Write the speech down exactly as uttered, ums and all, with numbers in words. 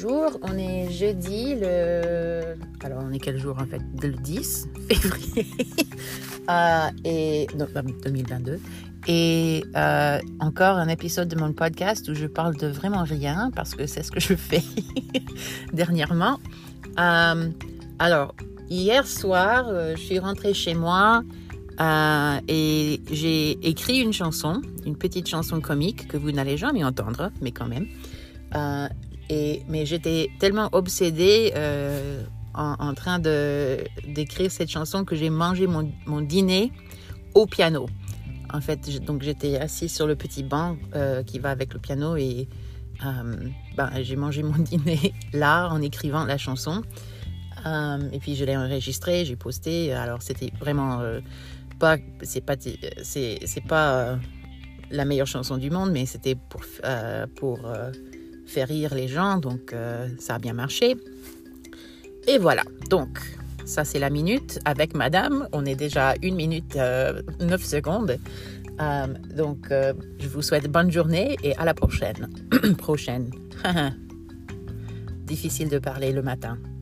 bonjour, on est jeudi le... Alors on est quel jour en fait? Le dix février euh, et... non, deux mille vingt-deux. Et euh, encore un épisode de mon podcast où je parle de vraiment rien parce que c'est ce que je fais dernièrement. Euh, alors, hier soir, euh, je suis rentrée chez moi euh, et j'ai écrit une chanson, une petite chanson comique que vous n'allez jamais entendre, mais quand même. Euh, et, mais j'étais tellement obsédée euh, en, en train de, d'écrire cette chanson que j'ai mangé mon, mon dîner au piano. En fait, je, donc j'étais assise sur le petit banc euh, qui va avec le piano et euh, ben, j'ai mangé mon dîner là en écrivant la chanson. Euh, et puis je l'ai enregistrée, j'ai posté. Alors c'était vraiment euh, pas, c'est pas, c'est, c'est pas euh, la meilleure chanson du monde, mais c'était pour euh, pour euh, faire rire les gens, donc euh, ça a bien marché. Et voilà, donc ça c'est la minute avec madame, on est déjà une minute euh, neuf secondes, euh, donc euh, je vous souhaite bonne journée et à la prochaine. prochaine. Difficile de parler le matin.